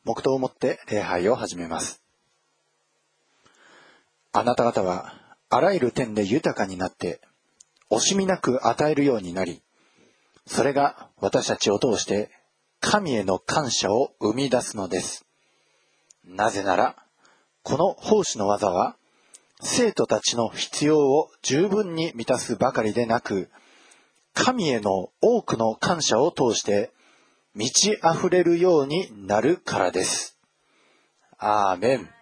黙祷をもって礼拝を始めます。あなた方はあらゆる点で豊かになって惜しみなく与えるようになり、それが私たちを通して神への感謝を生み出すのです。なぜならこの奉仕の技は生徒たちの必要を十分に満たすばかりでなく、神への多くの感謝を通して満ち溢れるようになるからです。アーメン。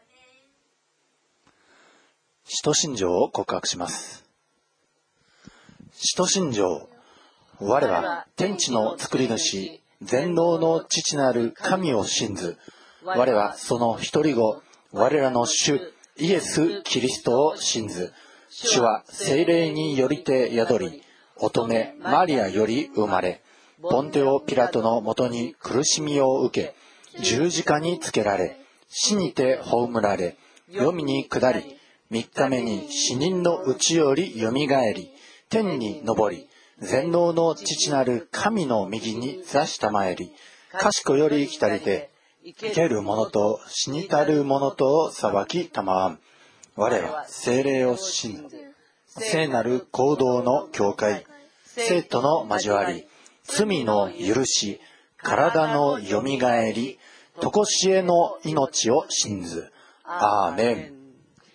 使徒信条を告白します。使徒信条。我は天地の作り主、全能の父なる神を信ず。我はその一人子、我らの主イエス・キリストを信ず。主は聖霊によりて宿り、乙女マリアより生まれ、ポンテオ・ピラトのもとに苦しみを受け、十字架につけられ、死にて葬られ、黄泉に下り、3日目に死人のうちよりよみがえり、天に昇り、全能の父なる神の右に座したまえり、賢より来たりて、生ける者と死にたる者とを裁きたまわん。我は聖霊を信ず。聖なる行動の教会、生徒の交わり、罪の許し、体のよみがえり、とこしえの命を信ず。アーメン。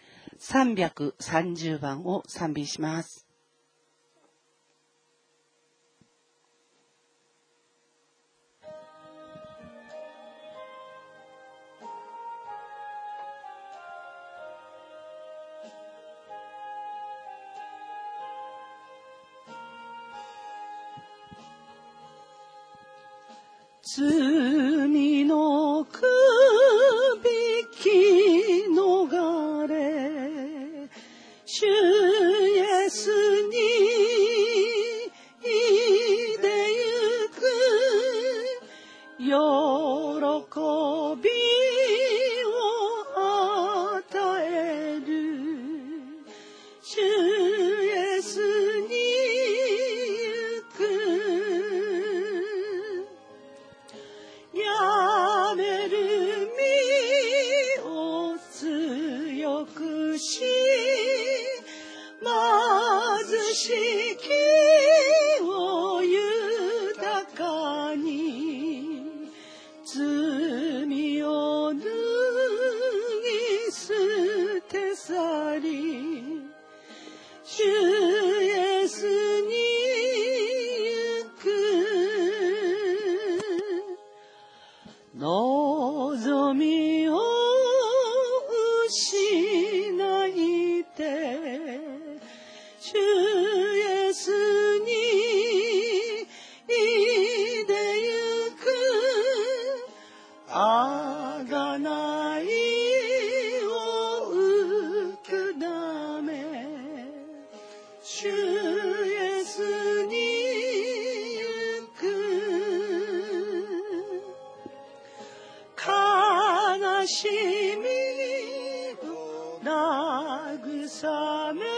330番を賛美します。罪のくびき逃れ、主イエスにいでゆく喜びを与える、主イエスに行く。やめる身を強くし、貧しきを豊かに、罪を脱ぎ捨て去り、主イエスに行く。望みを失いて、主イエスにいでゆく。あがないを受けだめ、主イエスに行く。悲しみを慰め、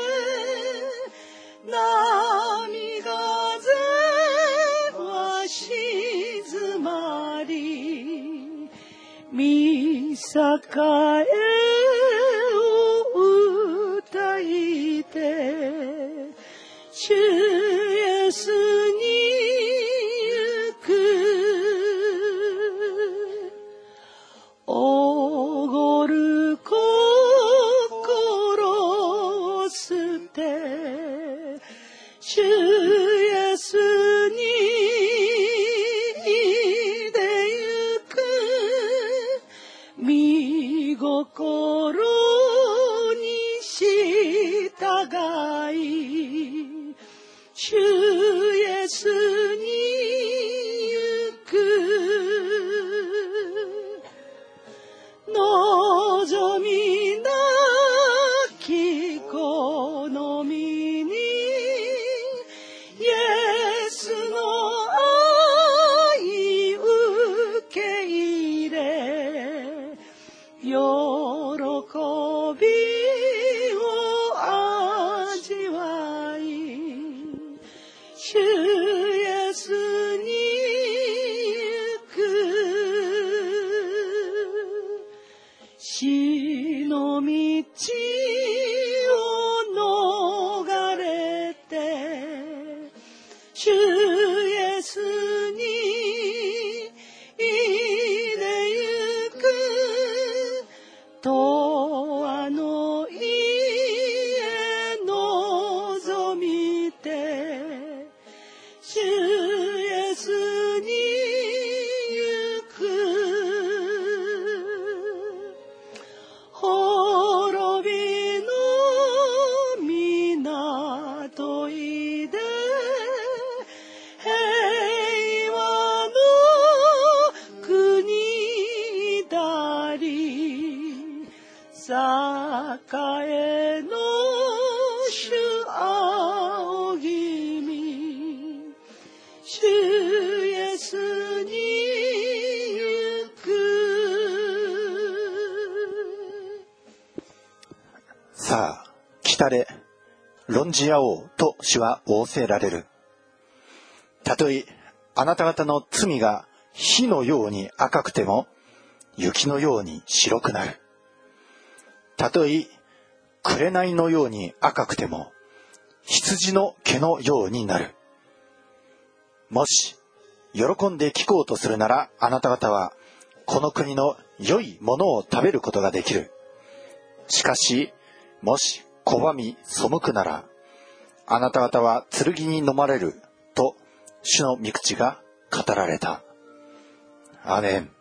波風は静まり、御栄を歌いて、主イエスに行く。おごる心を捨て、主イエスにいでゆく。見心主イエスに行く。 さあ、来たれ、論じ合おうと主は仰せられる。たとえあなた方の罪が火のように赤くても雪のように白くなる。たとえ紅のように赤くても羊の毛のようになる。もし喜んで聞こうとするなら、あなた方はこの国の良いものを食べることができる。しかしもし拒み背くなら、あなた方は剣に飲まれると主の御口が語られた。アーメン。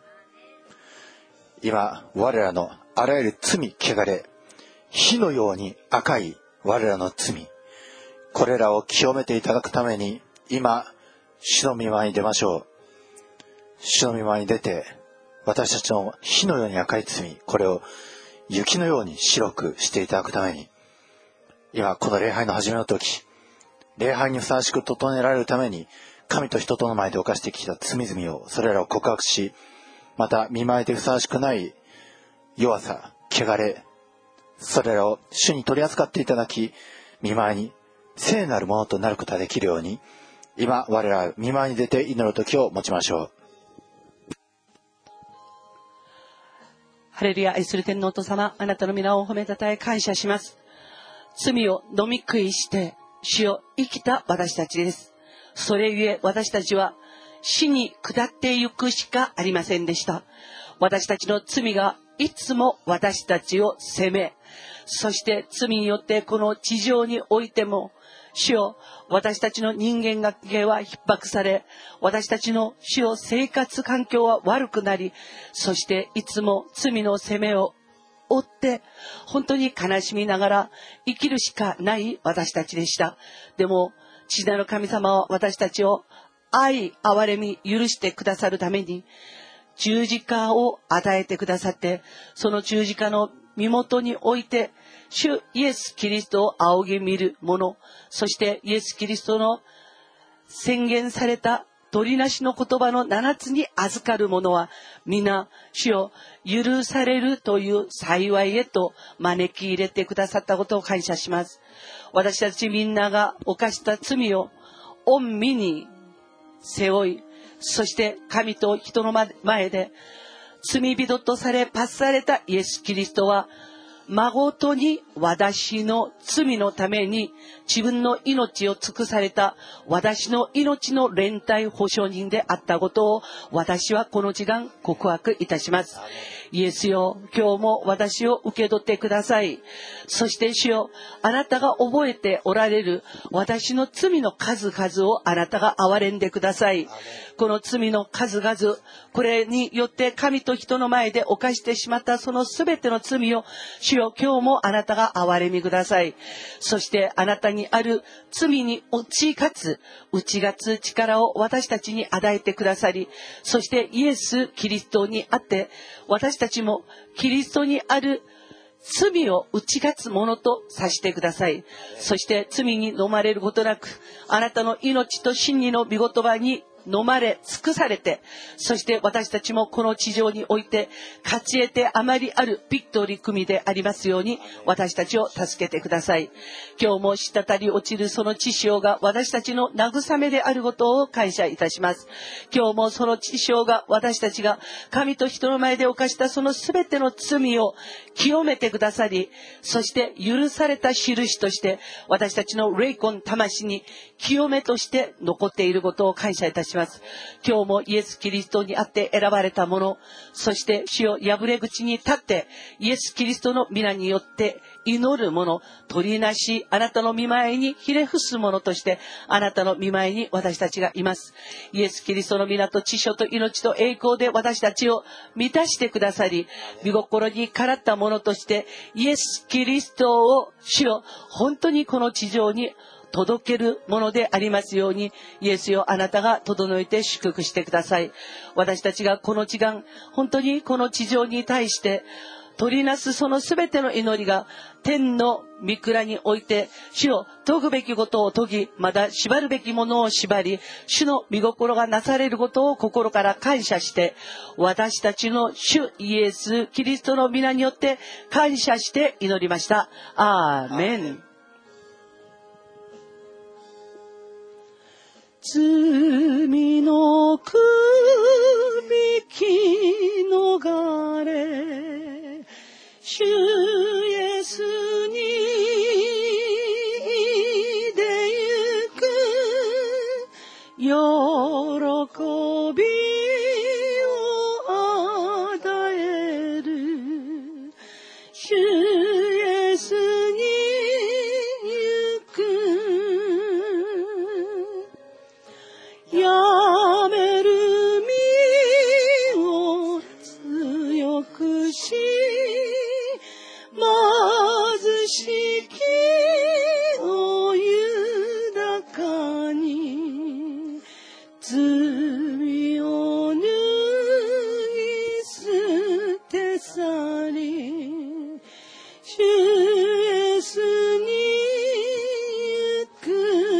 今我らのあらゆる罪汚れ、火のように赤い我らの罪、これらを清めていただくために、今主の御前に出ましょう。主の御前に出て、私たちの火のように赤い罪、これを雪のように白くしていただくために、今この礼拝の始めの時、礼拝にふさわしく整えられるために、神と人との前で犯してきた罪々を、それらを告白し、また見舞いでふさわしくない弱さ、汚れ、それらを主に取り扱っていただき、見舞いに聖なるものとなることができるように、今我ら見舞いに出て祈る時を持ちましょう。 ハレルヤ。愛する天のお父様、あなたの皆を褒めたたえ感謝します。罪を飲み食いして主を生きた私たちです。それゆえ私たちは死に下ってゆくしかありませんでした。私たちの罪がいつも私たちを責め、そして罪によってこの地上においても、主よ、私たちの人間関係は逼迫され、私たちの主よ、生活環境は悪くなり、そしていつも罪の責めを負って本当に悲しみながら生きるしかない私たちでした。でも父なる神様は私たちを愛、憐れみ、許してくださるために十字架を与えてくださって、その十字架の身元において主イエス・キリストを仰ぎ見る者、そしてイエス・キリストの宣言された取りなしの言葉の7つに預かる者は皆主を許されるという幸いへと招き入れてくださったことを感謝します。私たちみんなが犯した罪を御身に背負い、そして神と人の前で罪人とされ罰されたイエス・キリストは誠に私の罪のために自分の命を尽くされた私の命の連帯保証人であったことを私はこの時間告白いたします。イエスよ、今日も私を受け取ってください。そして主よ、あなたが覚えておられる私の罪の数々をあなたが憐れんでください。この罪の数々、これによって神と人の前で犯してしまったそのすべての罪を主よ、今日もあなたが憐れみください。そしてあなたにある罪に打ち勝つ力を私たちに与えてくださり、そしてイエス・キリストにあって私たちもキリストにある罪を打ち勝つものとさせてください。そして罪に飲まれることなく、あなたの命と真理の御言葉に飲まれ尽くされて、そして私たちもこの地上において勝ち得てあまりあるビクトリー組でありますように私たちを助けてください。今日も滴り落ちるその血潮が私たちの慰めであることを感謝いたします。今日もその血潮が私たちが神と人の前で犯したそのすべての罪を清めてくださり、そして許された印として私たちの霊魂魂に清めとして残っていることを感謝いたします。今日もイエス・キリストにあって選ばれたもの、そして主を破れ口に立ってイエス・キリストの皆によって祈る者、取りなしあなたの御前にひれ伏す者としてあなたの御前に私たちがいます。イエス・キリストの皆と知性と命と栄光で私たちを満たしてくださり、御心にからった者としてイエス・キリストを主を本当にこの地上に届けるものでありますように、イエスよ、あなたが整えて祝福してください。私たちがこの時間本当にこの地上に対して取りなすそのすべての祈りが天の御蔵において、主を解くべきことを解き、また縛るべきものを縛り、主の御心がなされることを心から感謝して、私たちの主イエス・キリストの皆によって感謝して祈りました。アーメン。罪のくびき逃れ、主イエスにでゆく喜びを与える、主イエスに行く、やめる身を強くし、貧しきを豊かに、罪を脱ぎ捨て去り、主イエスに行く。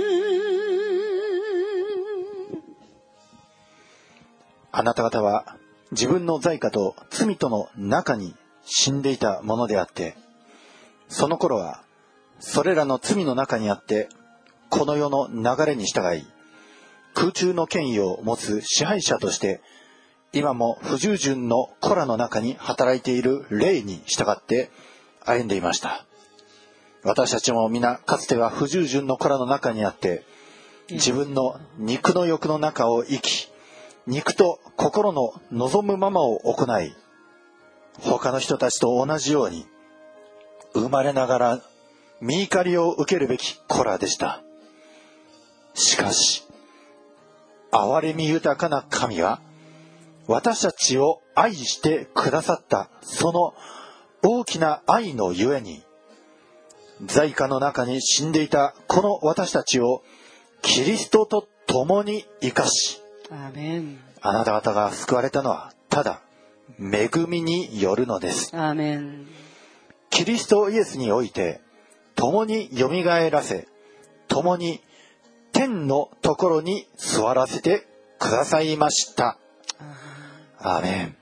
あなた方は自分の罪過と罪との中に死んでいたものであって、その頃はそれらの罪の中にあって、この世の流れに従い、空中の権威を持つ支配者として、今も不従順の子らの中に働いている霊に従って歩んでいました。私たちも皆かつては不従順の子らの中にあって、自分の肉の欲の中を生き、肉と心の望むままを行い、他の人たちと同じように生まれながら御怒りを受けるべき子らでした。しかし憐れみ豊かな神は、私たちを愛してくださったその大きな愛のゆえに、罪過の中に死んでいたこの私たちをキリストと共に生かし、 アーメン。 あなた方が救われたのはただ恵みによるのです。 アーメン。 キリストイエスにおいて共によみがえらせ、共に天のところに座らせてくださいました。アーメン。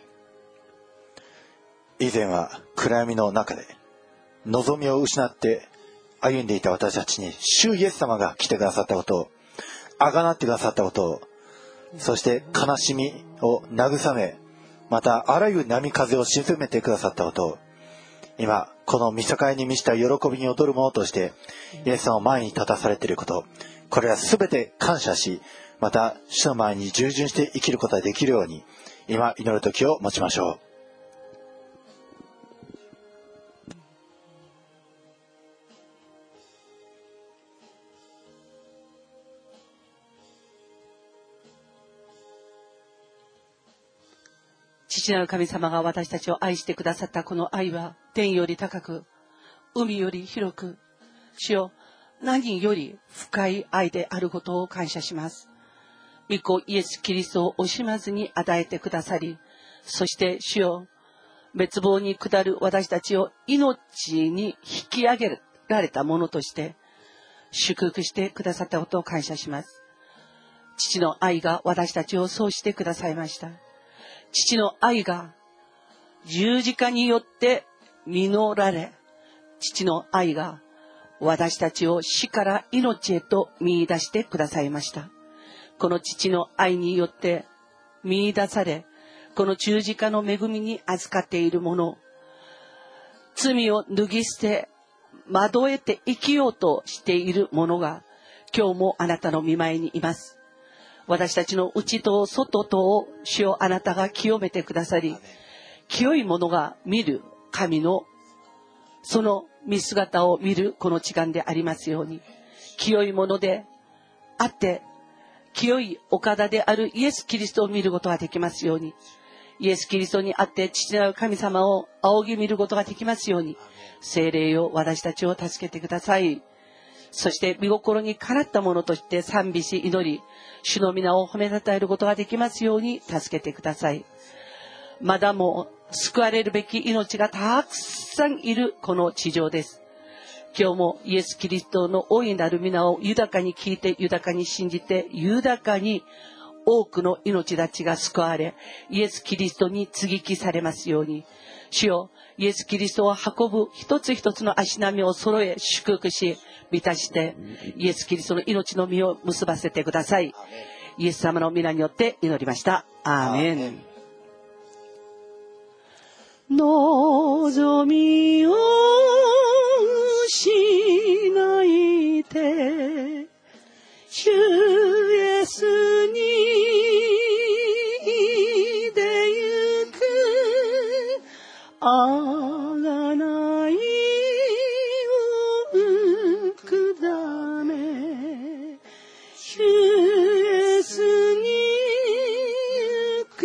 以前は暗闇の中で望みを失って歩んでいた私たちに、主イエス様が来てくださったことを、あがなってくださったことを、そして悲しみを慰め、またあらゆる波風を沈めてくださったことを、今この見境に満ちた喜びに踊る者としてイエス様を前に立たされていること、これらすべて感謝し、また主の前に従順して生きることができるように、今祈る時を持ちましょう。 父なる神様が私たちを愛してくださったこの愛は、天より高く、海より広く、主よ、何より深い愛であることを感謝します。御子イエス・キリストを惜しまずに与えてくださり、そして主よ、滅亡に下る私たちを命に引き上げられたものとして祝福してくださったことを感謝します。父の愛が私たちをそうしてくださいました。父の愛が十字架によって実られ、父の愛が私たちを死から命へと見出してくださいました。この父の愛によって見出され、この十字架の恵みに預かっているもの、罪を脱ぎ捨て惑えて生きようとしているものが今日もあなたの御前にいます。私たちの内と外とを主よ、あなたが清めてくださり、清いものが見る神のその見姿を見るこの時間でありますように、清いものであって清いお方であるイエス・キリストを見ることができますように、イエス・キリストにあって父なる神様を仰ぎ見ることができますように、聖霊よ、私たちを助けてください。そして御心にかなったものとして賛美し祈り、主の皆を褒めたたえることができますように助けてください。 まだも救われるべき命がたくさんいるこの地上です。今日もイエス・キリストの大いなる皆を豊かに聞いて、豊かに信じて、豊かに多くの命たちが救われ、イエス・キリストに接ぎ木されますように。主よ、イエス・キリストを運ぶ一つ一つの足並みを揃え、祝福し、満たして、イエス・キリストの命の実を結ばせてください。イエス様の皆によって祈りました。アーメン。望みを失いて、主イエスに出ゆく、あがないをくだめ、主イエスに行く、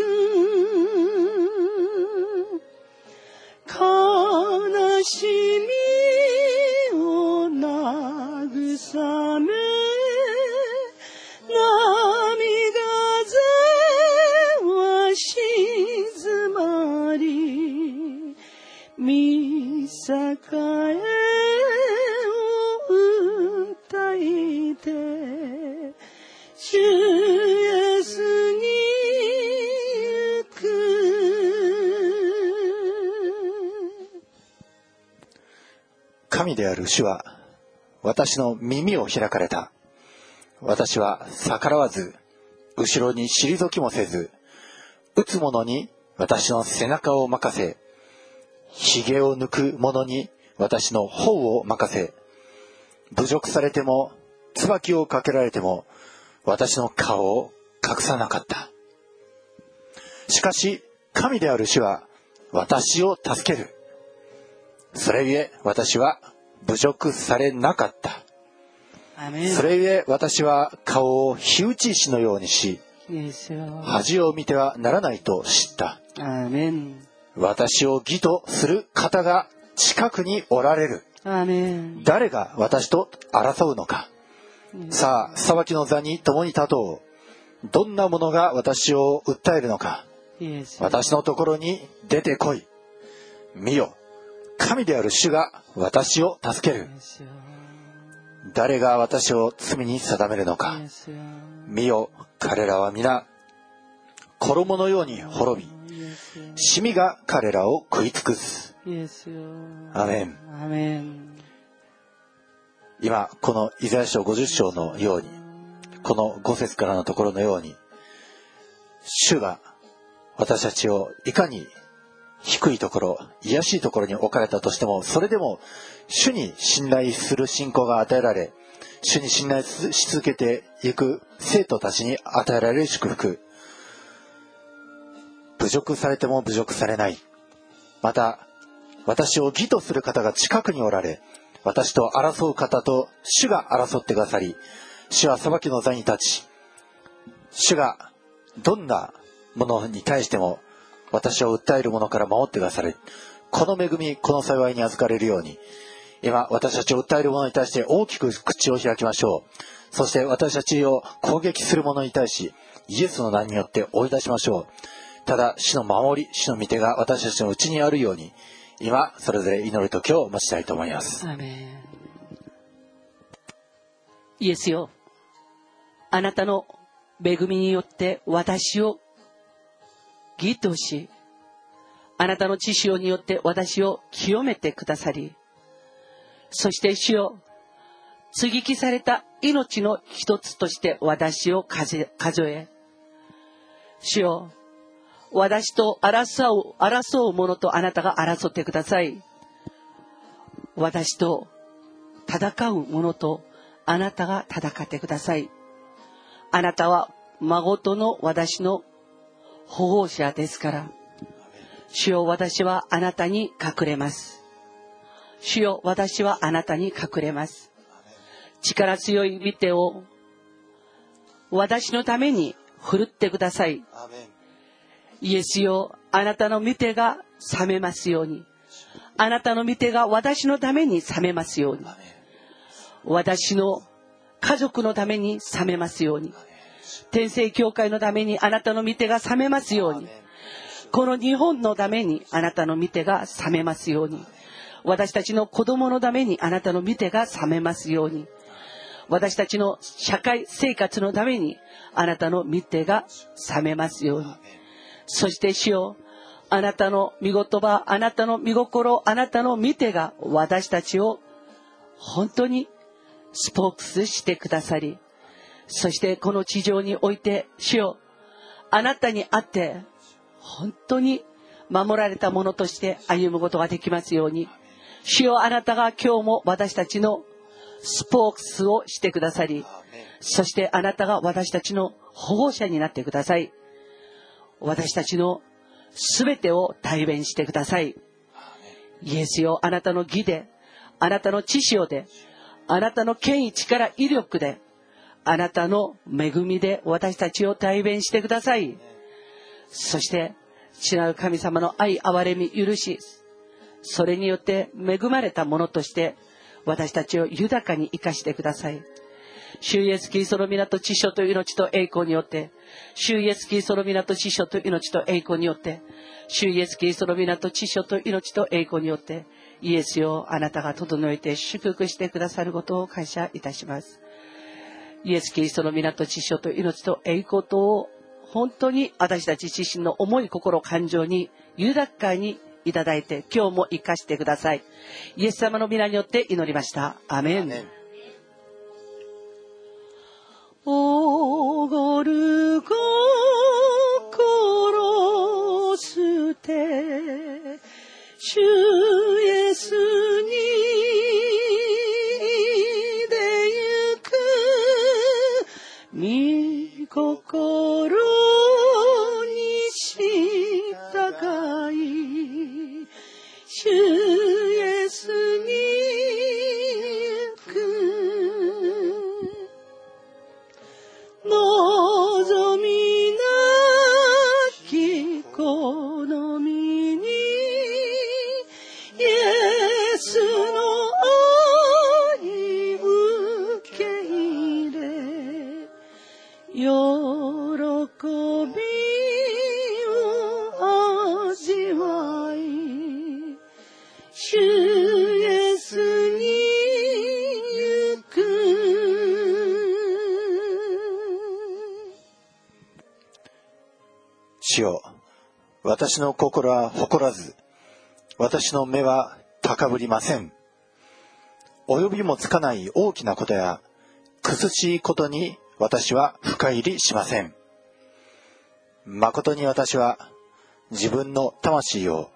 悲しみを慰め、涙風は静まり、見栄を歌いて、主イエスに行く。 神である主は私の耳を開かれた。私は逆らわず、後ろに退きもせず、打つ者に私の背中を任せ、髭を抜く者に私の頬を任せ、侮辱されても椿をかけられても私の顔を隠さなかった。しかし神である主は私を助ける。それゆえ私は侮辱されなかった。それゆえ私は顔を火打ち石のようにし、恥を見てはならないと知った。 アーメン。 私を義とする方が近くにおられる。 アーメン。 誰が私と争うのか。さあ、裁きの座に共に立とう。どんなものが私を訴えるのか。私のところに出てこい。見よ、神である主が私を助ける。誰が私を罪に定めるのか。見よ、彼らは皆衣のように滅び、シミが彼らを食い尽くす。アーメン。 アーメン。 今このイザヤ書50章のように、この5節からのところのように、主が私たちをいかに低いところ、卑しいところに置かれたとしても、それでも主に信頼する信仰が与えられ、主に信頼し続けていく生徒たちに与えられる祝福。侮辱されても侮辱されない。また私を義とする方が近くにおられ、私と争う方と主が争ってくださり、主は裁きの座に立ち、主がどんなものに対しても私を訴えるものから守ってくださる。この恵み、この幸いに預かれるように、今私たちを訴えるものに対して大きく口を開きましょう。そして私たちを攻撃する者に対し、イエスの名によって追い出しましょう。ただ主の守り、主の御手が私たちのうちにあるように、今それぞれ祈る時を待ちたいと思います。 アーメン。イエスよ、あなたの恵みによって私を義とし、あなたの血潮によって私を清めてくださり、そして主よ、接ぎ木された命の一つとして私を数え、主よ、私と争う者とあなたが争ってください。私と戦う者とあなたが戦ってください。あなたは孫との私の保護者ですから。主よ、私はあなたに隠れます。主よ、私はあなたに隠れます。力強い御手を私のために振るってください。イエスよ、あなたの御手が覚めますように。あなたの御手が私のために覚めますように。私の家族のために覚めますように。天聖教会のためにあなたの御手が覚めますように。 この日本のためにあなたの御手が覚めますように。私たちの子供のためにあなたの御手が覚めますように。私たちの社会生活のためにあなたの御手が覚めますように。そして主よ、あなたの御言葉、あなたの御心、あなたの御手が私たちを本当にスポークスしてくださり、そしてこの地上において主よ、あなたにあって本当に守られたものとして歩むことができますように。主よ、あなたが今日も私たちのスポークスをしてくださり、そしてあなたが私たちの保護者になってください。私たちのすべてを代弁してください。イエスよ、あなたの義で、あなたの知識で、あなたの権威、力、威力で、あなたの恵みで私たちを代弁してください。そして父なる神様の愛、憐れみ、許し、それによって恵まれたものとして私たちを豊かに生かしてください。主イエスキリストの皆と知性と命と栄光によって、主イエスキリストの皆と知性と命と栄光によって、主イエスキリストの皆と知性と命と栄光によって、イエスよ、あなたが整えて祝福してくださることを感謝いたします。イエスキリストの皆と知性と命と栄光とを本当に私たち自身の思い、心、感情に豊かにいただいて、今日も生かしてください。イエス様の皆によって祈りました。アメン。おごる心捨て、主イエスにでゆく、御心に従い、主イエスに行く。望みなきこの身にイエスの愛受け入れ、喜びを味わい、主イエスに行く。 主よ、私の心は誇らず、私の目は高ぶりません。及びもつかない大きなことや苦しいことに私は深入りしません。誠に私は自分の魂を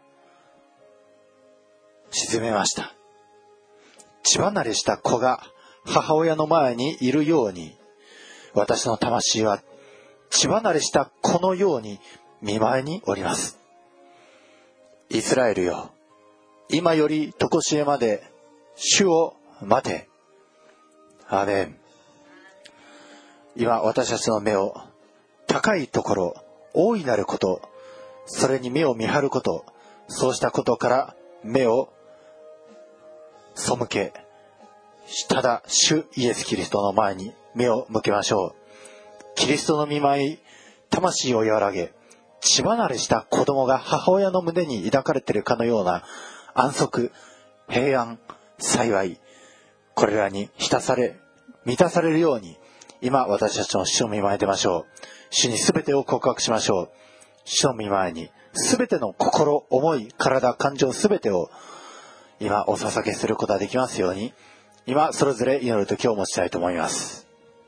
沈めました。血離れした子が母親の前にいるように、私の魂は血離れした子のように見舞いにおります。イスラエルよ、今より常しえまで主を待て。アーメン。今私たちの目を高いところ、大いなること、それに目を見張ること、そうしたことから目を背け、ただ主イエスキリストの前に目を向けましょう。キリストの御前、魂を和らげ、血離れした子供が母親の胸に抱かれているかのような安息、平安、幸い、これらに満たされるように、今私たちの主の御前に出ましょう。主にすべてを告白しましょう。主の御前にすべての心、思い、体、感情すべてを今お捧げすることができますように、今それぞれ祈る時を持ちたいと思います。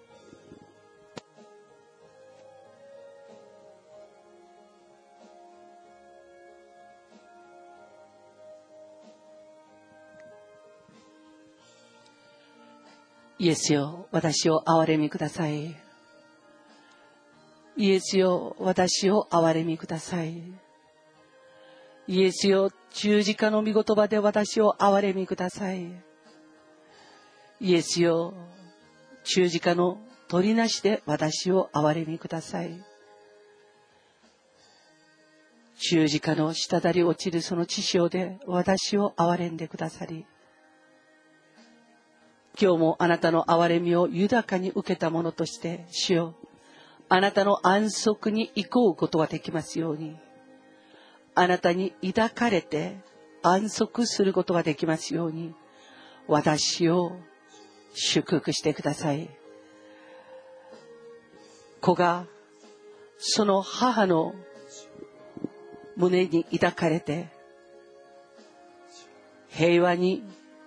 イエスよ、私を憐れみください。イエスよ、私を憐れみください。イエスよ、十字架の御言葉で私を憐れみください。イエスよ、十字架の取りなしで私を憐れみください。十字架の滴り落ちるその血潮で私を憐れんでくださり、今日もあなたの憐れみを豊かに受けたものとして、主よ、あなたの安息に行こうことができますように、 あなたに抱かれて安息することができますように、私を祝福してください。子がその母の胸に抱かれて平和に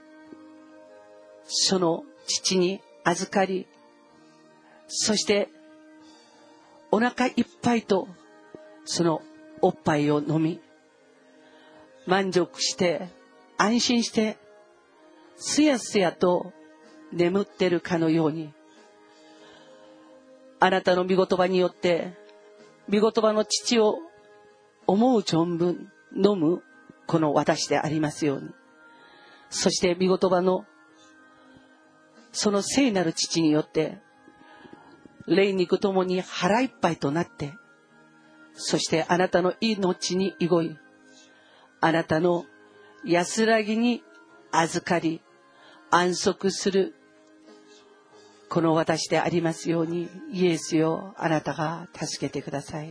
その父に預かり、そしてお腹いっぱいとそのおっぱいを飲み、満足して安心してすやすやと眠ってるかのように、あなたの御言葉によって御言葉の父を思う存分飲むこの私でありますように、そして御言葉のその聖なる父によって霊肉ともに腹いっぱいとなって、そしてあなたの命にいごい、あなたの安らぎに預かり安息するこの私でありますように、イエスよ、あなたが助けてください。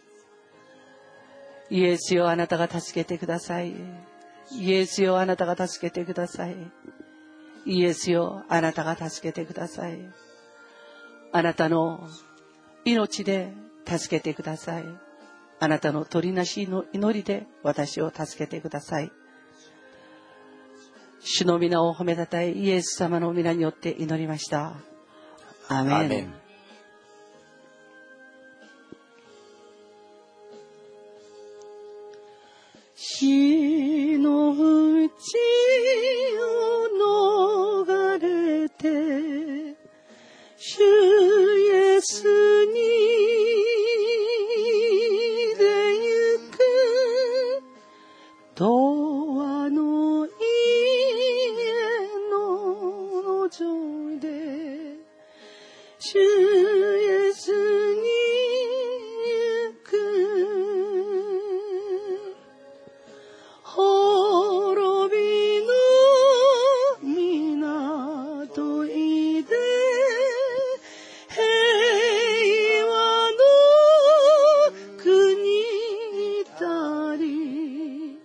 イエスよ、あなたが助けてください。イエスよ、あなたが助けてください。イエスよ、あなたが助けてください。あなたの命で助けてください。あなたの取りなしの祈りで私を助けてください。主の皆を褒めたたえ、イエス様の皆によって祈りました。アーメン。 アーメン。 死の淵を逃れて主イエスにでゆく、永遠の家の路上で主イエスに行く。滅びの港いで平和の国にたり、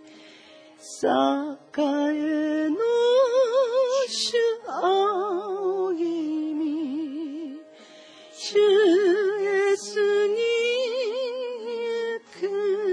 栄の主仰ぎみ、主イエスに行く。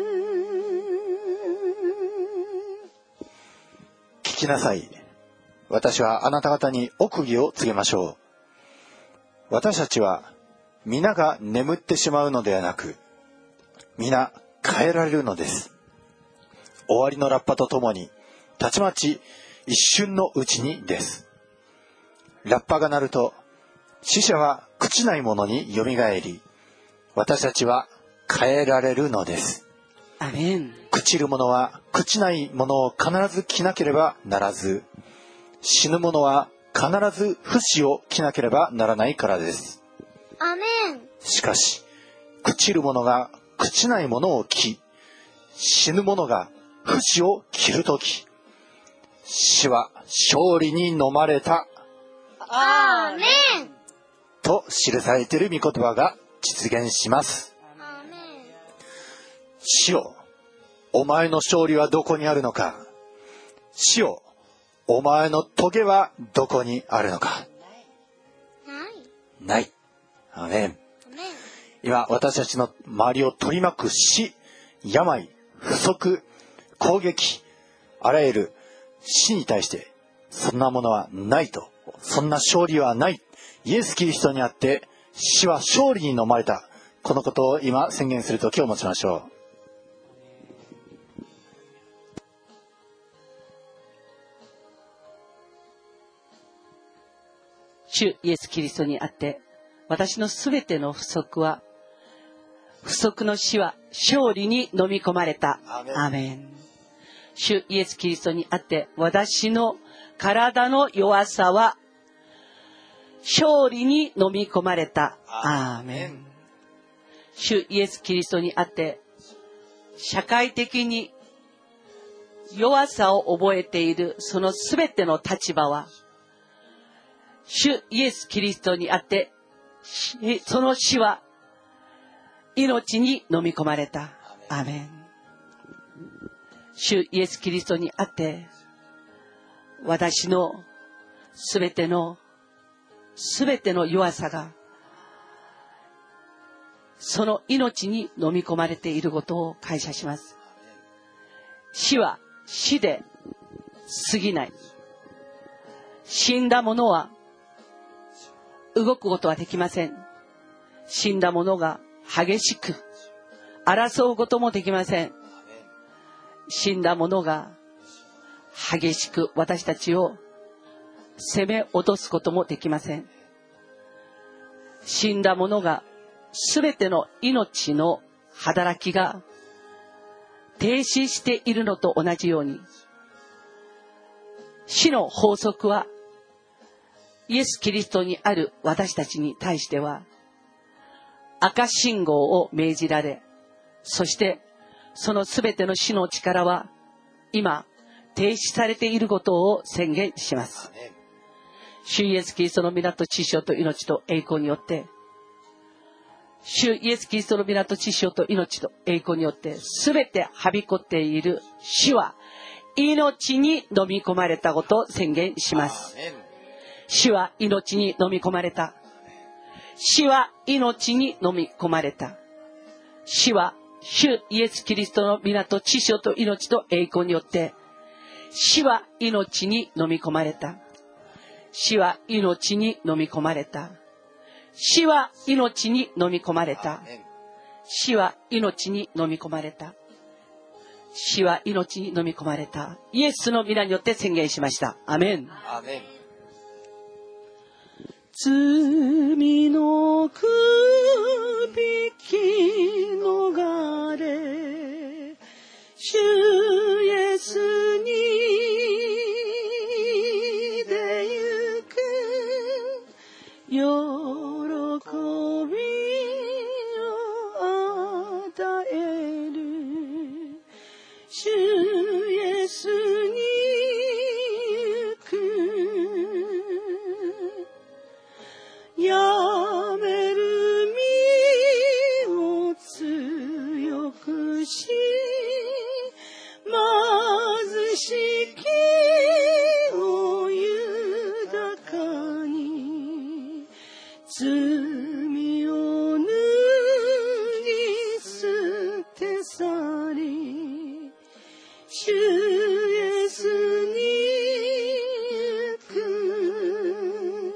聞きなさい。私はあなた方に奥義を告げましょう。私たちは皆が眠ってしまうのではなく、皆変えられるのです。終わりのラッパとともに、たちまち一瞬のうちにです。ラッパが鳴ると、死者は朽ちないものによみがえり、私たちは変えられるのです。 アメン。 朽ちるものは朽ちないものを必ず着なければならず、死ぬものは必ず不死を着なければならないからです。 アメン。 しかし、朽ちるものが朽ちないものを着、死ぬものが不死を着るとき、死は勝利に飲まれたアーメン。 と記されている御言葉が実現します。 アーメン。 死よ、お前の勝利はどこにあるのか。死よ、お前の棘はどこにあるのか。 ない。 ない。アーメン。 アメン。 今、私たちの周りを取り巻く死、病、不足、攻撃、あらゆる死に対して、そんなものはないと。そんな勝利はない。イエス・キリストにあって、死は勝利に飲まれた。このことを今宣言するときを持ちましょう。 主イエス・キリストにあって、私のすべての不足の死は勝利に飲み込まれた。 アーメン。 アーメン。主イエス・キリストにあって、私の体の弱さは勝利に飲み込まれた。アーメン。主イエス・キリストにあって、社会的に弱さを覚えているそのすべての立場は、主イエス・キリストにあって、その死は命に飲み込まれた。アーメン。 主イエス・キリストにあって、私のすべての弱さが、その命に飲み込まれていることを感謝します。死は死で過ぎない。死んだ者は動くことはできません。死んだ者が激しく争うこともできません。死んだ者が激しく私たちを攻め落とすこともできません。死んだ者がすべての命の働きが停止しているのと同じように、死の法則はイエス・キリストにある私たちに対しては赤信号を命じられ、そしてそのすべての死の力は今停止されていることを宣言します。主イエス・キリストの皆と知性と命と栄光によって、主イエス・キリストの皆と知性と命と栄光によってすべてはびこっている死は命に飲み込まれたことを宣言します。死は命に飲み込まれた。死は命に飲み込まれた。死は主イエス・キリストの皆と知性と命と栄光によって死は命に飲み込まれた。死は命に飲み込まれた。死は命に飲み込まれた。死は命に飲み込まれた。死は命に飲み込まれた。イエスの皆によって宣言しました。アメン。 アメン。 罪のくびき逃れ、主イエスにでゆく喜びを与える、主イエスに行く、やめる身を強くし、貧しきを豊かに、罪を脱ぎ捨て去り、主イエスに行く。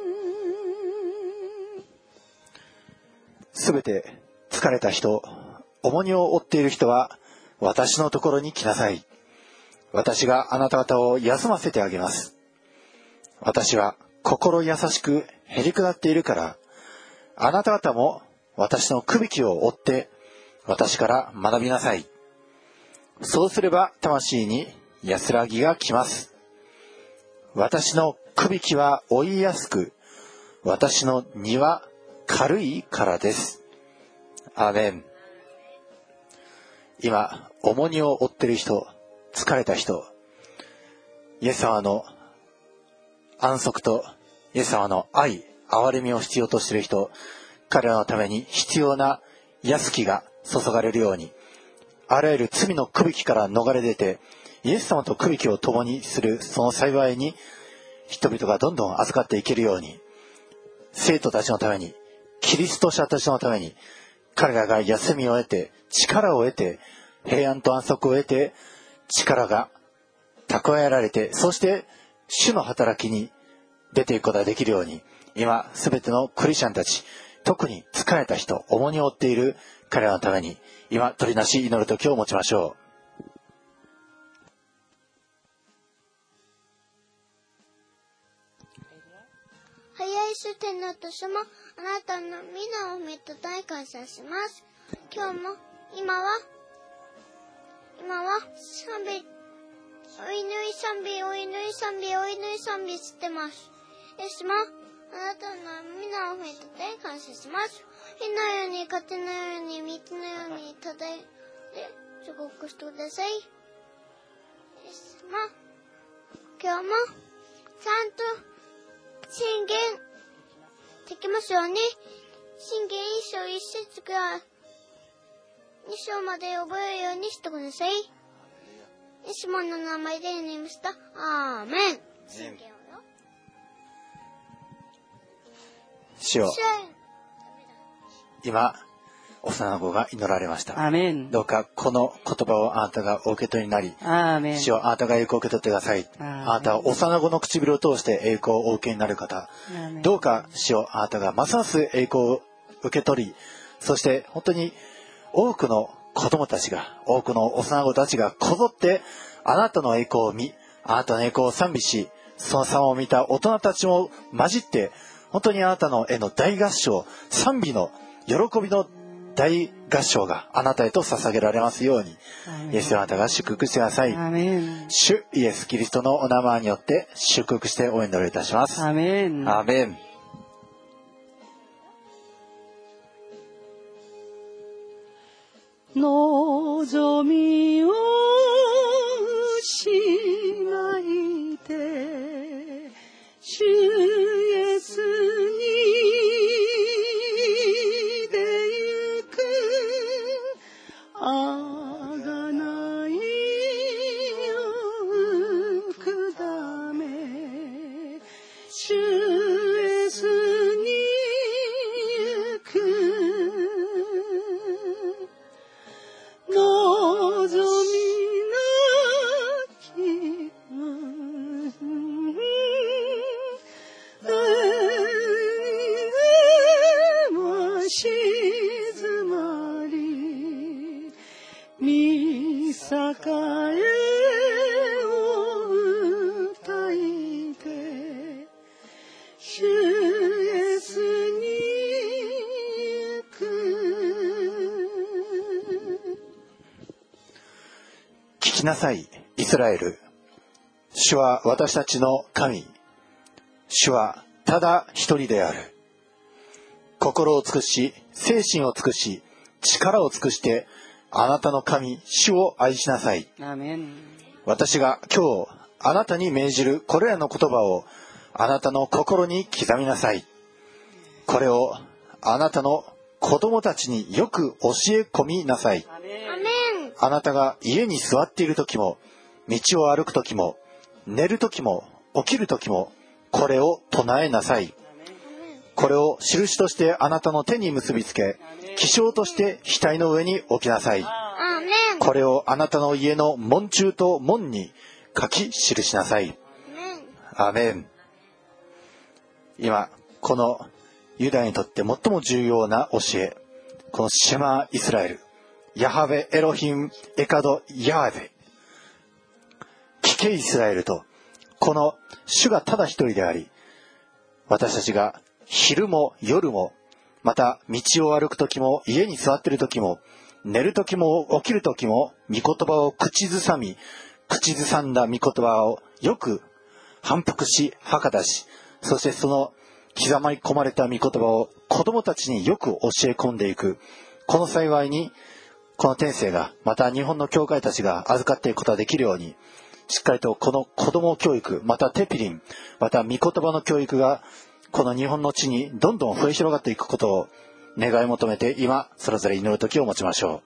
すべて疲れた人、重荷を負っている人は私のところに来なさい。私があなた方を休ませてあげます。私は心優しくへりくだっているから、あなた方も私のくびきを追って私から学びなさい。そうすれば魂に安らぎが来ます。私のくびきは追いやすく、私の荷は軽いからです。アーメン。今、重荷を負っている人、疲れた人、イエス様の安息とイエス様の愛、憐れみを必要としている人、彼らのために必要な安きが注がれるように、あらゆる罪のくびきから逃れ出て、イエス様とくびきを共にするその幸いに、人々がどんどん預かっていけるように、生徒たちのために、キリスト者たちのために、彼らが休みを得て、力を得て、平安と安息を得て、力が蓄えられて、そして主の働きに出ていくことができるように、今すべてのクリスチャンたち、特に疲れた人、重荷を負っている彼らのために、今取りなし祈る時を持ちましょう。 早い主天のとしもあなたの皆をめっと大感謝します。今は賛美、お祈り賛美してます。イエスもあなたの皆をめっと大感謝します。火のように風のように水のようにただいてすごくしてください。イエスも今日もちゃんと宣言できますように、宣言一章一節から二章まで覚えるようにしてください。イイエス様の名前で祈りました。アーメン。信玄をよ。 主よ、今、幼子が祈られました。 アーメン。 どうかこの言葉をあなたがお受け取りになり、 アーメン。 主よ、あなたが栄光を受け取ってください。あなたは幼子の唇を通して栄光をお受けになる方。どうか主よ、あなたがますます栄光を受け取り、そして本当に多くの子供たちが、多くの幼子たちがこぞってあなたの栄光を見、あなたの栄光を賛美し、その様を見た大人たちも混じって、本当にあなたのへの大合唱、賛美の喜びの大合唱があなたへと捧げられますように、イエスあなたが祝福してください。主イエスキリストのお名前によって祝福してお祈りいたします。 アーメン。 アーメン。 望みを失いて主イエスに出行くあがないをくだめ主イエスに行く望みなきは静まり見栄を歌いて主イエスに行く聞きなさい、イスラエル。主は私たちの神。主はただ一人である。心を尽くし、精神を尽くし、力を尽くして、あなたの神、主を愛しなさい。 アーメン。 私が今日、あなたに命じるこれらの言葉を、あなたの心に刻みなさい。これを、あなたの子供たちによく教え込みなさい。 アメン。 あなたが家に座っている時も、道を歩く時も、寝る時も、起きる時も、これを唱えなさい。これを印としてあなたの手に結びつけ、記章として額の上に置きなさい。 アメン。 これをあなたの家の門柱と門に書き記しなさい。アーメン。今、このユダヤにとって最も重要な教え、このシェマイスラエル。ヤハベエロヒムエカドヤーベ。聞けイスラエルと、この主がただ一人であり、私たちが昼も夜も、また道を歩く時も、家に座っている時も、寝る時も起きる時も、御言葉を口ずさみ、口ずさんだ御言葉をよく反復し、はかだし、そしてその刻まり込まれた御言葉を子供たちによく教え込んでいく。この幸いに、この天性が、また日本の教会たちが預かっていくことができるように、しっかりとこの子供教育、またテピリン、また御言葉の教育が、この日本の地にどんどん増え広がっていくことを願い求めて、今、それぞれ祈る時を持ちましょ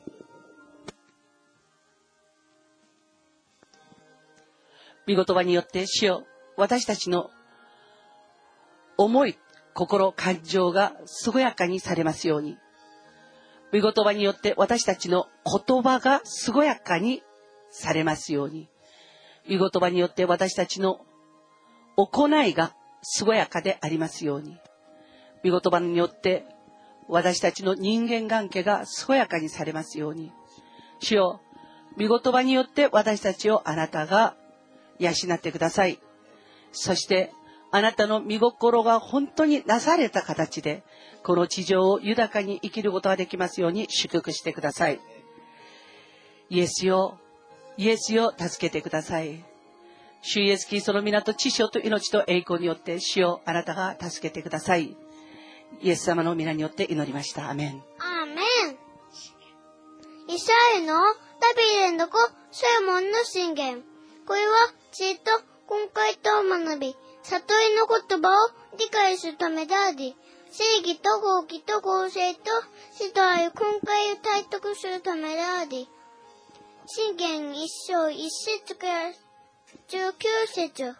う。御言葉によって主よ、私たちの思い、心、感情が健やかにされますように。御言葉によって私たちの言葉が健やかにされますように。御言葉によって私たちの行いが健やかでありますように。御言葉によって私たちの人間関係が健やかにされますように。主よ、御言葉によって私たちをあなたが養ってください。そしてあなたの御心が本当になされた形で、この地上を豊かに生きることができますように祝福してください。イエスよ、イエスよ、助けてください。主イエスキリストの皆と知性と命と栄光によって主よ、あなたが助けてください。イエス様の皆によって祈りました。アメン。 アメン。イスラエルのダビデの子ソロモンの箴言。これは知恵と今回と学び、悟りの言葉を理解するためであり、正義と合義と公正と指導ある今回を体得するためであり、 信玄一章一節から19節。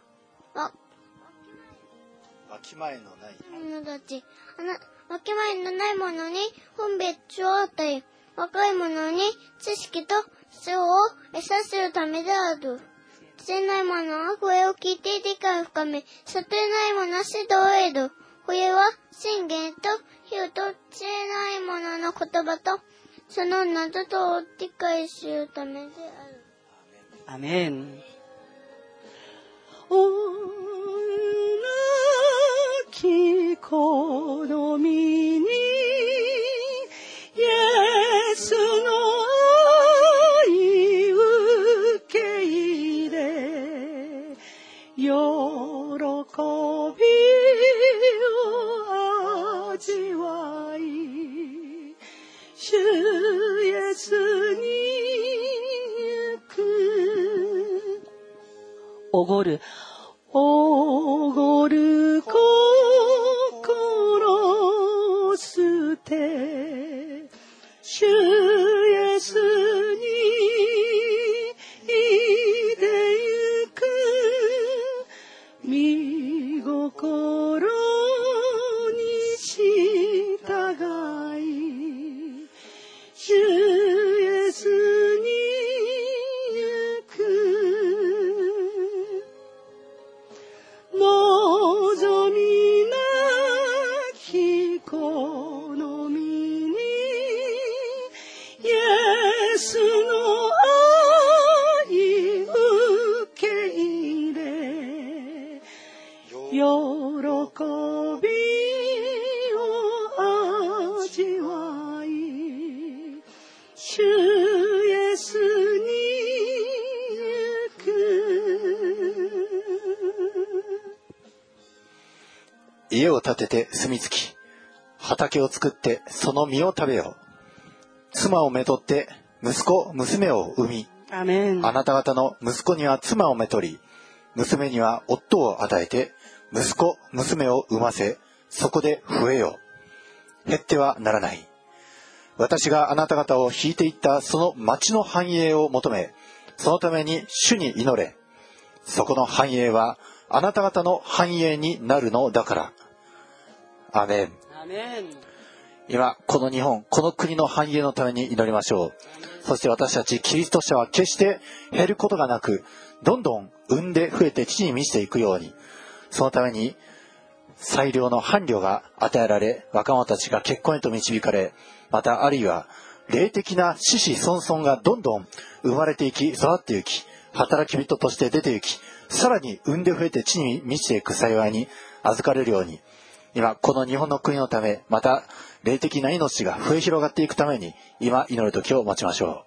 わきまえのない者たち。わきまえのない者に分別を与え、若い者に知識と知を得させるためである。知れない者は笛を聞いて理解を深め、悟れない者は指導を得る。笛は信玄と比喩と知れない者の言葉と、その謎とを理解するためである。 アメン。き好みにイエスの愛受け入れ喜びを味わい主イエスに行くおごる心捨て主イエスにいでゆく見心に従い主イエスに行く望みなき好みにイエスの愛受け入れ喜びを味わい主イエスに行く家を建てて住み着き、畑を作ってその実を食べよう。妻をめとって息子娘を産み、 アメン。 あなた方の息子には妻をめとり、娘には夫を与えて息子娘を産ませ、そこで増えよう。減ってはならない。私があなた方を引いていったその町の繁栄を求め、そのために主に祈れ。そこの繁栄はあなた方の繁栄になるのだから。アメン。 アメン。 今この日本、この国の繁栄のために祈りましょう。そして私たちキリスト者は決して減ることがなく、どんどん産んで増えて地に満ちていくように、そのために最良の伴侶が与えられ、若者たちが結婚へと導かれ、またあるいは霊的な子々孫々がどんどん生まれていき、育っていき、働き人として出ていき、さらに産んで増えて地に満ちていく幸いに預かれるように、今この日本の国のため、また霊的な命が増え広がっていくために、今祈る時を待ちましょう。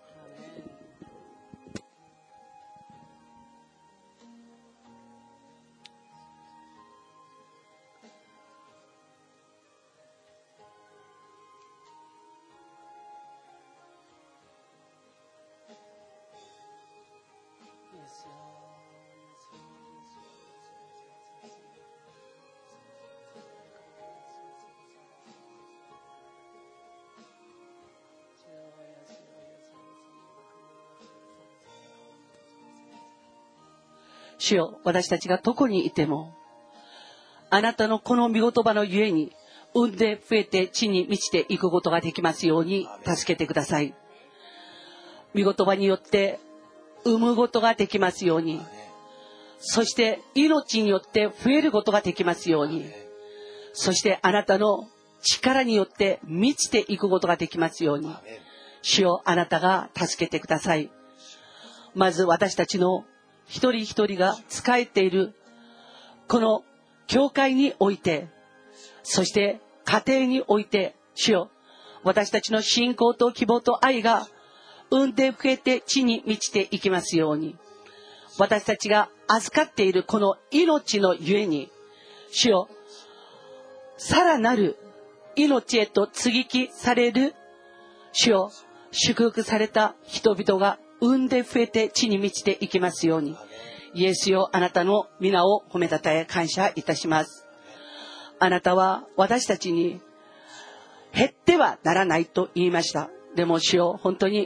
主よ、私たちがどこにいても、あなたのこの御言葉のゆえに、産んで増えて地に満ちていくことができますように助けてください。御言葉によって産むことができますように、そして命によって増えることができますように、そしてあなたの力によって満ちていくことができますように、主よ、あなたが助けてください。まず私たちの一人一人が仕えているこの教会において、そして家庭において、主よ、私たちの信仰と希望と愛が産んで増えて地に満ちていきますように、私たちが預かっているこの命のゆえに、主よ、さらなる命へと接ぎ木される、主よ、祝福された人々が産んで増えて地に満ちていきますように、イエスよ、あなたの皆を褒めたたえ感謝いたします。あなたは私たちに減ってはならないと言いました。でも主よ、本当に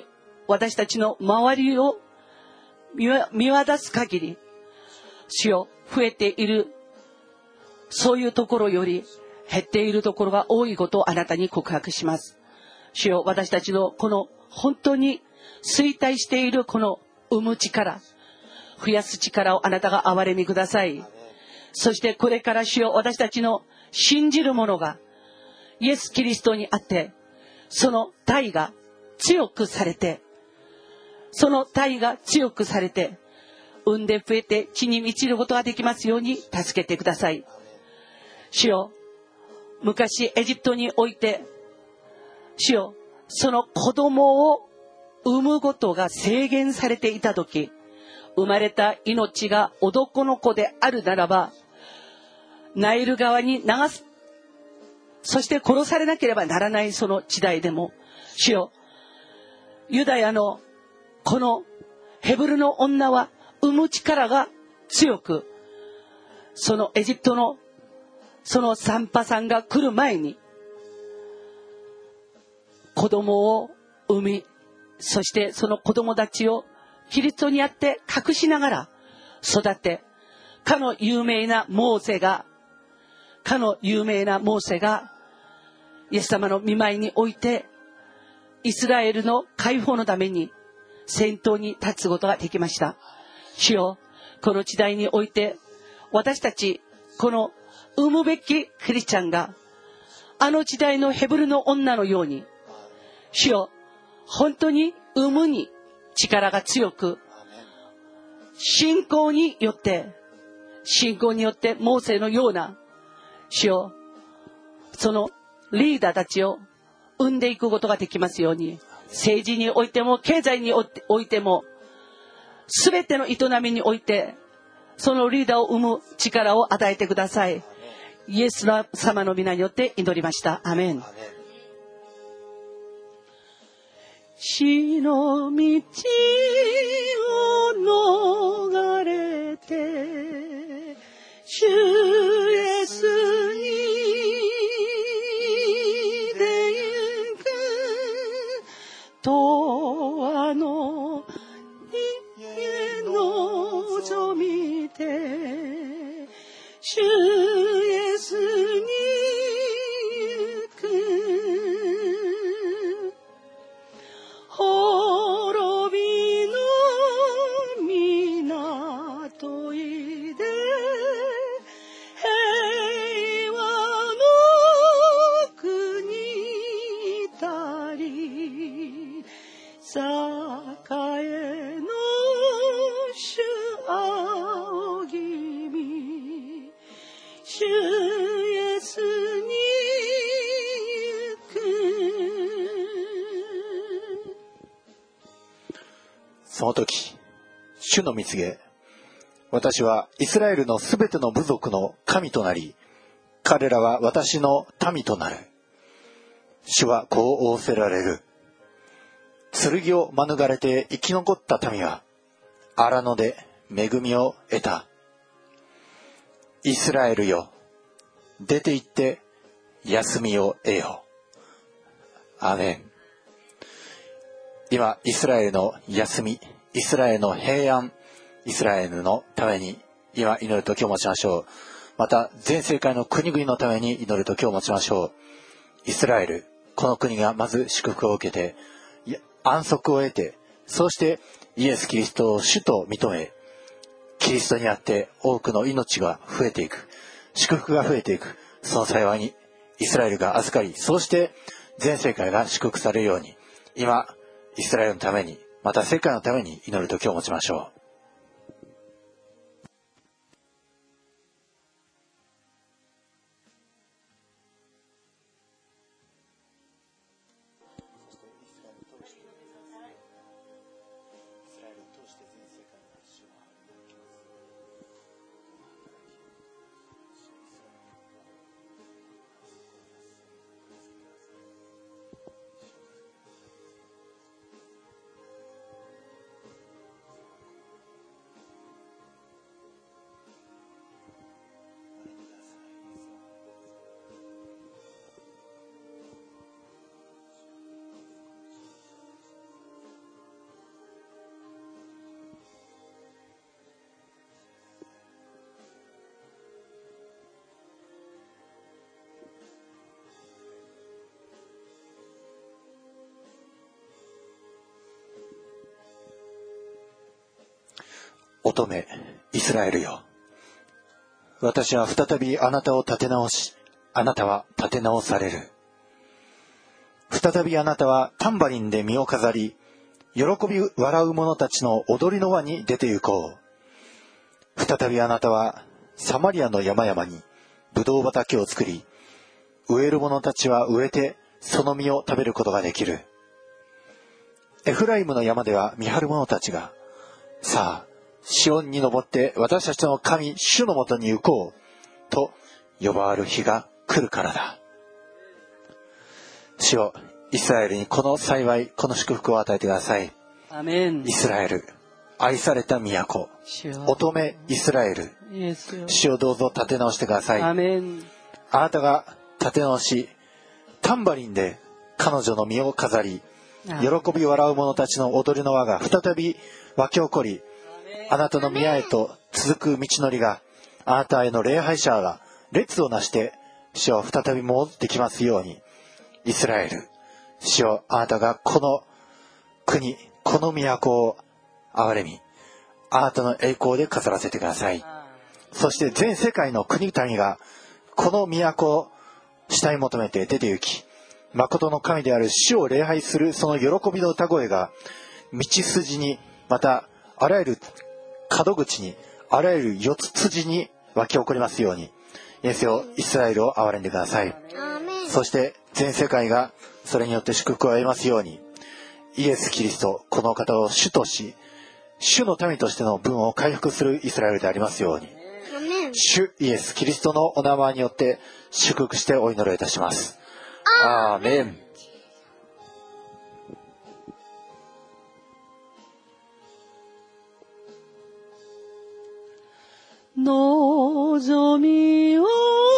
私たちの周りを見渡す限り、主よ、増えている、そういうところより減っているところが多いことをあなたに告白します。主よ、私たちのこの本当に衰退しているこの生む力、増やす力をあなたが憐れみください。そしてこれから主よ、私たちの信じる者がイエス・キリストにあって、その体が強くされて、産んで増えて地に満ちることができますように助けてください。主よ、昔エジプトにおいて、主よ、その子供を産むことが制限されていたとき、生まれた命が男の子であるならば、ナイル川に流す、そして殺されなければならないその時代でも、主よ、ユダヤのこのヘブルの女は産む力が強く、そのエジプトのその産婆さんが来る前に子供を産み、そしてその子供たちをキリストにあって隠しながら育て、かの有名なモーセがイエス様の御前においてイスラエルの解放のために先頭に立つことができました。主よ、この時代において私たちこの産むべきクリスチャンがあの時代のヘブルの女のように、主よ、本当に産むに力が強く、信仰によってモーセのような、主よ、そのリーダーたちを生んでいくことができますように、政治においても経済においても全ての営みにおいてそのリーダーを生む力を与えてください。イエス様の皆によって祈りました。アメン。死の道を逃れて主イエスに出行くとあの家のぞみて主イエスに行く滅びの港いで平和の国たり栄の主仰ぎみ主イエスに行く。 その時、主の御告げ、私はイスラエルのすべての部族の神となり、彼らは私の民となる。主はこう仰せられる。剣を免れて生き残った民は、荒野で恵みを得た。イスラエルよ、出て行って休みを得よ。アーメン。今、イスラエルの休み、イスラエルの平安、イスラエルのために今祈る時を持ちましょう。また全世界の国々のために祈る時を持ちましょう。イスラエル、この国がまず祝福を受けて安息を得て、そしてイエス・キリストを主と認め、キリストにあって多くの命が増えていく、祝福が増えていく、その幸いにイスラエルが預かり、そうして全世界が祝福されるように、今イスラエルのために、また世界のために祈る時を持ちましょう。 乙女イスラエルよ、私は再びあなたを立て直し、あなたは立て直される。再びあなたはタンバリンで身を飾り、喜び笑う者たちの踊りの輪に出て行こう。再びあなたはサマリアの山々にブドウ畑を作り、植える者たちは植えてその実を食べることができる。エフライムの山では見張る者たちが、さあシオンに登って私たちの神主のもとに行こうと呼ばわる日が来るからだ。主よ、イスラエルにこの幸い、この祝福を与えてください。 アメン。 イスラエル、愛された都、乙女イスラエル、主をどうぞ立て直してください。 アメン。 あなたが立て直し、タンバリンで彼女の身を飾り、喜び笑う者たちの踊りの輪が再び湧き起こり、あなたの宮へと続く道のりが、あなたへの礼拝者が列をなして主を再び戻ってきますように。イスラエル、主よ、あなたがこの国、この都を憐れみ、あなたの栄光で飾らせてください。そして全世界の国民がこの都を慕い求めて出て行き、誠の神である主を礼拝するその喜びの歌声が道筋に、またあらゆる門口に、あらゆる四つ筋に湧き起こりますように。イエスよ、イスラエルを憐れんでください。そして全世界がそれによって祝福を得ますように。イエス・キリスト、この方を主とし、主の民としての分を回復するイスラエルでありますように。主イエス・キリストのお名前によって祝福してお祈りいたします。アーメン。 望みを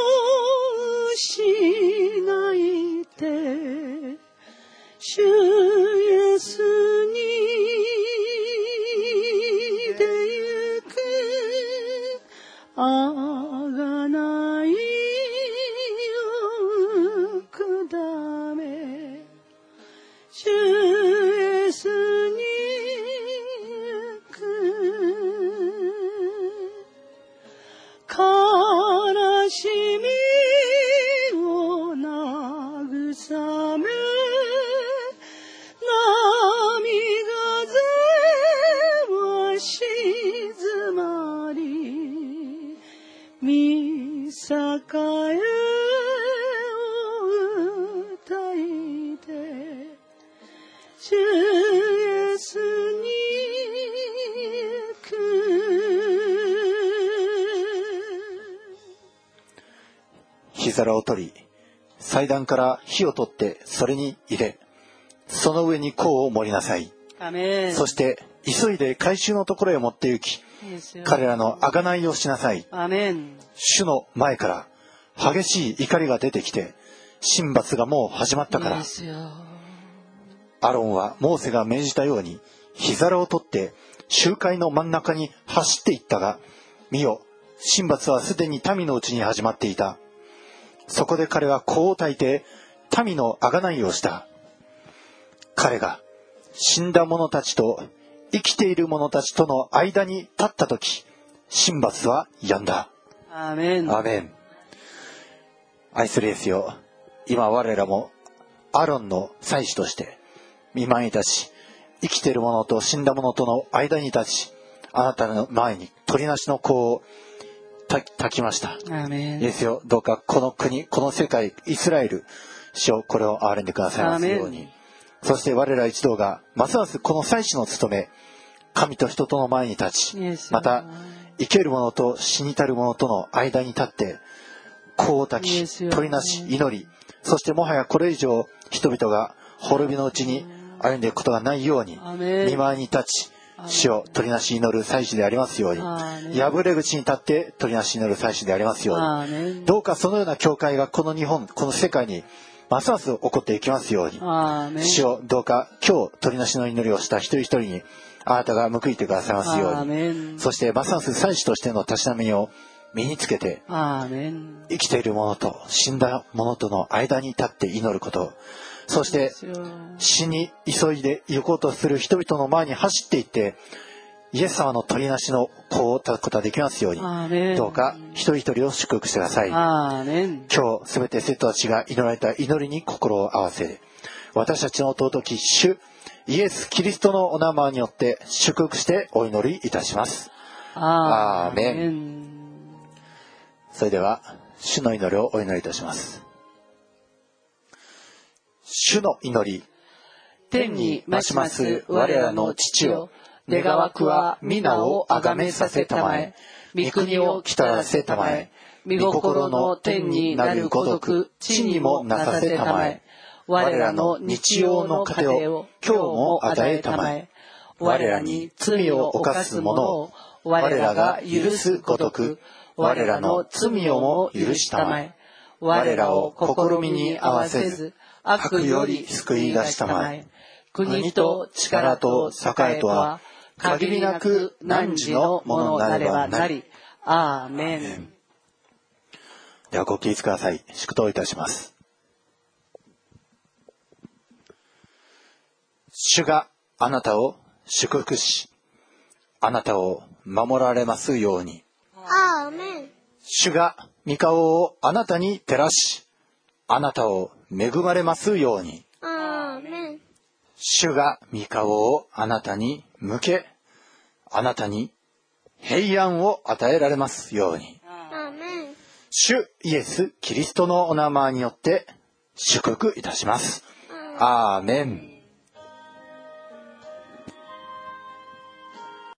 失いて主イエスに出行く、あがないを下め、主イエスに行く。悲しみを慰め、波風は静まり、見栄えを歌いて、主イエスに行く。 火皿を取り、祭壇から火を取ってそれに入れ、その上に香を盛りなさい。 アメン。 そして急いで改宗のところへ持って行き、彼らの贖いをしなさい。 アメン。 主の前から激しい怒りが出てきて、神罰がもう始まったから。アロンはモーセが命じたように火皿を取って集会の真ん中に走っていったが、見よ、神罰はすでに民のうちに始まっていた。そこで彼は香を焚いて民の贖いをした。彼が死んだ者たちと生きている者たちとの間に立ったとき、神罰は止んだ。 アーメン。 アーメン。愛するイエスよ、今我らもアロンの祭司として御前に立ち、生きている者と死んだ者との間に立ち、あなたの前に取りなしの香を焚きました。 アーメン。 イエスよ、どうかこの国、この世界、イスラエル、主よ、これを憐れんでくださいますように。そして我ら一同がますますこの祭司の務め、神と人との前に立ち、また生ける者と死にたる者との間に立って香を焚き、取りなし祈り、そしてもはやこれ以上人々が滅びのうちに歩んでいくことがないように、御前に立ち、主を取りなし祈る祭司でありますように、破れ口に立って取りなし祈る祭司でありますように、どうかそのような教会がこの日本、この世界にますます起こっていきますように、主をどうか今日取りなしの祈りをした一人一人にあなたが報いてくださいますように、そしてますます祭司としてのたしなみを身につけて、生きている者と死んだ者との間に立って祈ること、そして死に急いで行こうとする人々の前に走っていって、 イエス様の取りなしの子を立つことができますように、 アーメン。 どうか一人一人を祝福してください。 アーメン。 今日すべて生徒たちが祈られた祈りに心を合わせ、私たちの尊き主イエス・キリストのお名前によって祝福してお祈りいたします。アーメン。それでは主の祈りをお祈りいたします。主の祈り。 天にまします我らの父よ、願わくは皆をあがめさせたまえ、御国を来たらせたまえ、御心の天になるごとく地にもなさせたまえ、我らの日曜の糧を今日も与えたまえ、我らに罪を犯す者を我らが許すごとく我らの罪をも許したまえ、我らを試みに合わせず悪より救い出したまえ、国と力と栄とは限りなく汝のものなればなり。アーメン。 ではご起立ください。祝祷いたします。主があなたを祝福し、あなたを守られますように。 アーメン。 主が御顔をあなたに照らし、あなたを恵まれますように。 アーメン。 主が御顔をあなたに向け、あなたに平安を与えられますように。 アーメン。 主イエス・キリストのお名前によって祝福いたします。アーメン。